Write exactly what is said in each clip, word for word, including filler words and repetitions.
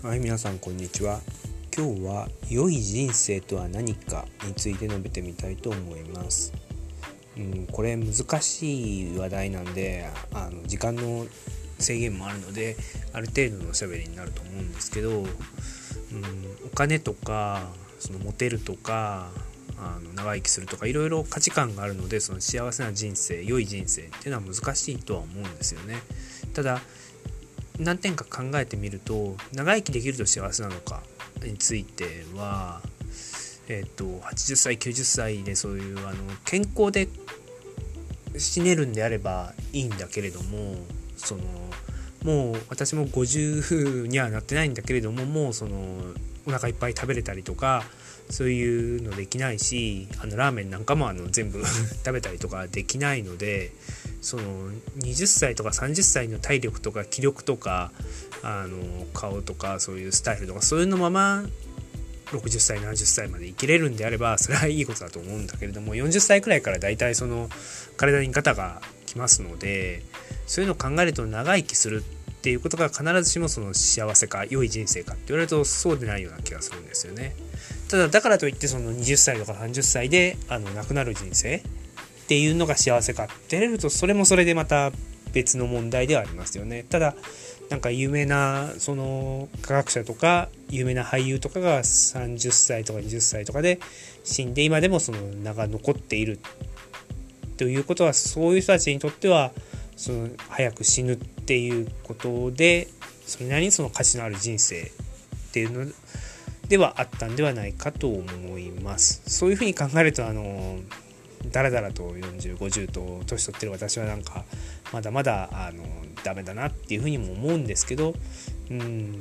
はい、皆さんこんにちは。今日は良い人生とは何かについて述べてみたいと思います。うん、これ難しい話題なんで、あの時間の制限もあるので、ある程度のおしゃべりになると思うんですけど、うん、お金とかそのモテるとかあの長生きするとかいろいろ価値観があるので、その幸せな人生、良い人生っていうのは難しいとは思うんですよね。ただ何点か考えてみると、長生きできると幸せなのかについては、えっとはちじゅっさいきゅうじゅっさいでそういうあの健康で死ねるんであればいいんだけれども、そのもう私もごじゅうにはなってないんだけれども、もうそのお腹いっぱい食べれたりとかそういうのできないし、あのラーメンなんかもあの全部食べたりとかできないので、そのはたちとかさんじゅっさいの体力とか気力とかあの顔とかそういうスタイルとかそういうのままろくじゅっさいななじゅっさいまで生きれるんであれば、それはいいことだと思うんだけれども、よんじゅっさいくらいからだいたいその体にガタがきますので、そういうのを考えると長生きするっていうことが必ずしもその幸せか良い人生かって言われるとそうでないような気がするんですよね。ただだからといってそのはたちとかさんじゅっさいであの亡くなる人生っていうのが幸せかって言われると、それもそれでまた別の問題ではありますよね。ただなんか有名なその科学者とか有名な俳優とかがさんじゅっさいとかはたちとかで死んで、今でもその名が残っているということは、そういう人たちにとってはその早く死ぬっていうことでそれなりにその価値のある人生っていうのではあったんではないかと思います。そういうふうに考えると、あのだらだらとよんじゅう、ごじゅうと年取ってる私はなんかまだまだあのダメだなっていうふうにも思うんですけど、うん、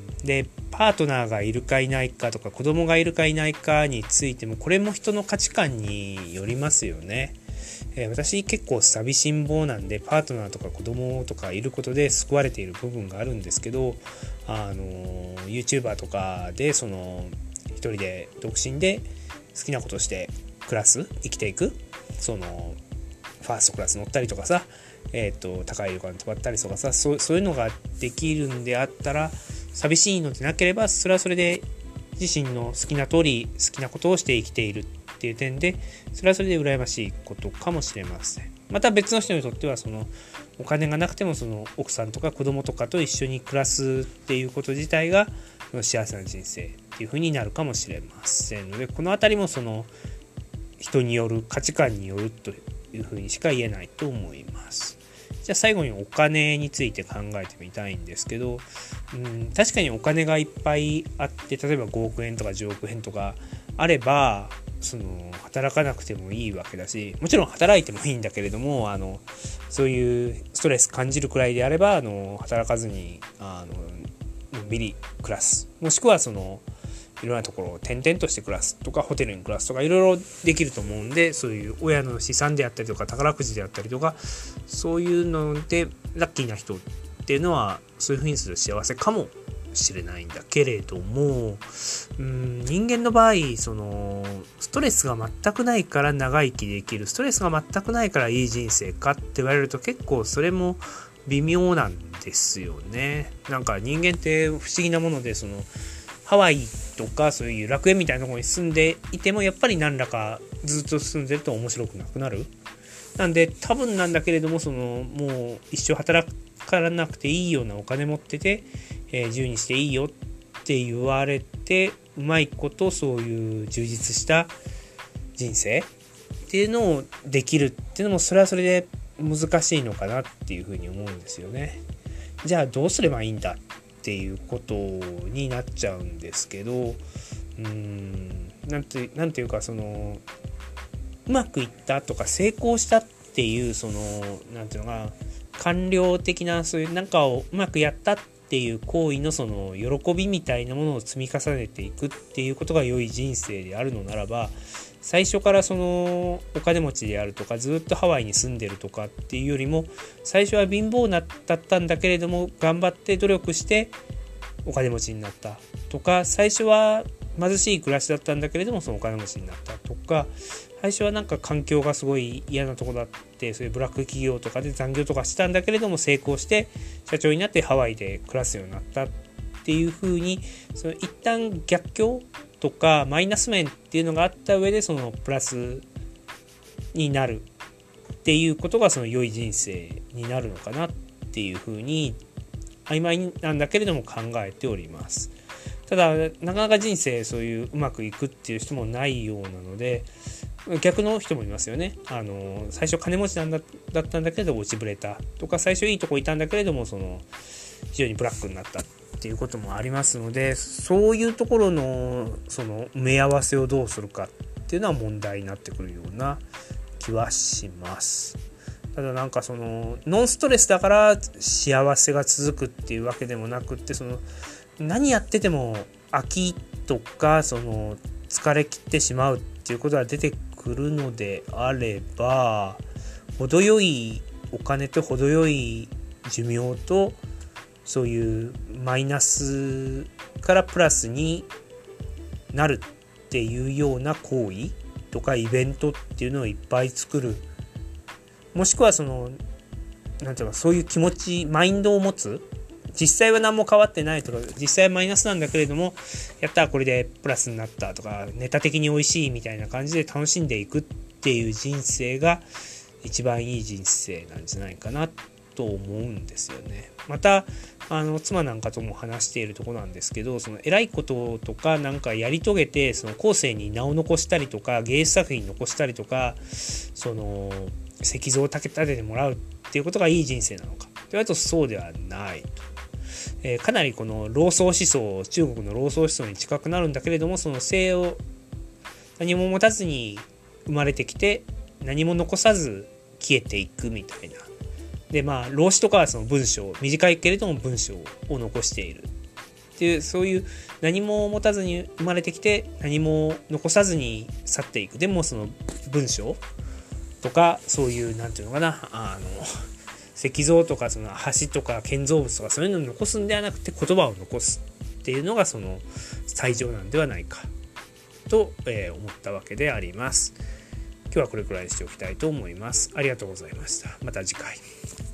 でパートナーがいるかいないかとか子供がいるかいないかについても、これも人の価値観によりますよね。えー、私結構寂しん坊なんで、パートナーとか子供とかいることで救われている部分があるんですけど、あの YouTuber とかでその一人で独身で好きなことして暮らす生きていく、そのファーストクラス乗ったりとかさ、えー、と高い旅館に泊まったりとかさ、そう、そういうのができるんであったら、寂しいのでなければそれはそれで自身の好きな通り好きなことをして生きているっていう点で、それはそれで羨ましいことかもしれません。また別の人にとってはそのお金がなくてもその奥さんとか子供とかと一緒に暮らすっていうこと自体がその幸せな人生っていう風になるかもしれませんので、このあたりもその人による価値観によるというふうにしか言えないと思います。じゃあ最後にお金について考えてみたいんですけど、うん、確かにお金がいっぱいあって、例えばごおくえんとかじゅうおくえんとかあれば、その働かなくてもいいわけだし、もちろん働いてもいいんだけれども、あのそういうストレス感じるくらいであれば、あの働かずにあののんびり暮らす、もしくはそのいろんなところを転々として暮らすとか、ホテルに暮らすとかいろいろできると思うんで、そういう親の資産であったりとか宝くじであったりとか、そういうのでラッキーな人っていうのはそういう風にする幸せかもしれないんだけれども、うん、人間の場合そのストレスが全くないから長生きできる、ストレスが全くないからいい人生かって言われると結構それも微妙なんですよね。なんか人間って不思議なもので、そのハワイとかそういう楽園みたいなところに住んでいてもやっぱり何らかずっと住んでると面白くなくなる。なんで多分なんだけれども、そのもう一生働かなくていいようなお金持ってて、えー、自由にしていいよって言われて、うまいことそういう充実した人生っていうのをできるっていうのも、それはそれで難しいのかなっていうふうに思うんですよね。じゃあどうすればいいんだっていうことになっちゃうんですけど、うーんなんて、なんていうか、そのうまくいったとか成功したっていうそのなんていうのかな、官僚的なそういうなんかをうまくやったっていう行為のその喜びみたいなものを積み重ねていくっていうことが良い人生であるのならば、最初からそのお金持ちであるとかずっとハワイに住んでるとかっていうよりも、最初は貧乏だったんだけれども頑張って努力してお金持ちになったとか、最初は貧しい暮らしだったんだけれどもそのお金持ちになったとか、最初はなんか環境がすごい嫌なとこだって、そういうブラック企業とかで残業とかしたんだけれども成功して社長になってハワイで暮らすようになったっっていう風にその一旦逆境とかマイナス面っていうのがあった上でそのプラスになるっていうことがその良い人生になるのかなっていう風に曖昧なんだけれども考えております。ただなかなか人生そういううまくいくっていう人もないようなので、逆の人もいますよね。あの最初金持ちなんだ、だったんだけれど落ちぶれたとか、最初いいとこいたんだけれどもその非常にブラックになったっていうこともありますので、そういうところのその埋め合わせをどうするかっていうのは問題になってくるような気はします。ただなんかそのノンストレスだから幸せが続くっていうわけでもなくって、その何やってても飽きとかその疲れ切ってしまうっていうことが出てくるのであれば、程よいお金と程よい寿命とそういうマイナスからプラスになるっていうような行為とかイベントっていうのをいっぱい作る、もしくはそのなんていうかそういう気持ちマインドを持つ、実際は何も変わってないとか実際はマイナスなんだけれどもやったらこれでプラスになったとかネタ的に美味しいみたいな感じで楽しんでいくっていう人生が一番いい人生なんじゃないかなと思うんですよね。またあの妻なんかとも話しているところなんですけど、その偉いこととかなんかやり遂げてその後世に名を残したりとか芸術作品残したりとかその石像を立ててもらうっていうことがいい人生なのかと言われるとそうではないと。えー、かなりこの老荘思想、中国の老荘思想に近くなるんだけれども、その生を何も持たずに生まれてきて何も残さず消えていくみたいな。でまあ老子とかはその文章、短いけれども文章を残しているっていう、そういう何も持たずに生まれてきて何も残さずに去っていく、でもその文章とかそういうなんていうのかな、あの石像とかその橋とか建造物とかそういうのを残すんではなくて言葉を残すっていうのがその最上なんではないかと、えー、思ったわけであります。今日はこれくらいにしておきたいと思います。ありがとうございました。また次回。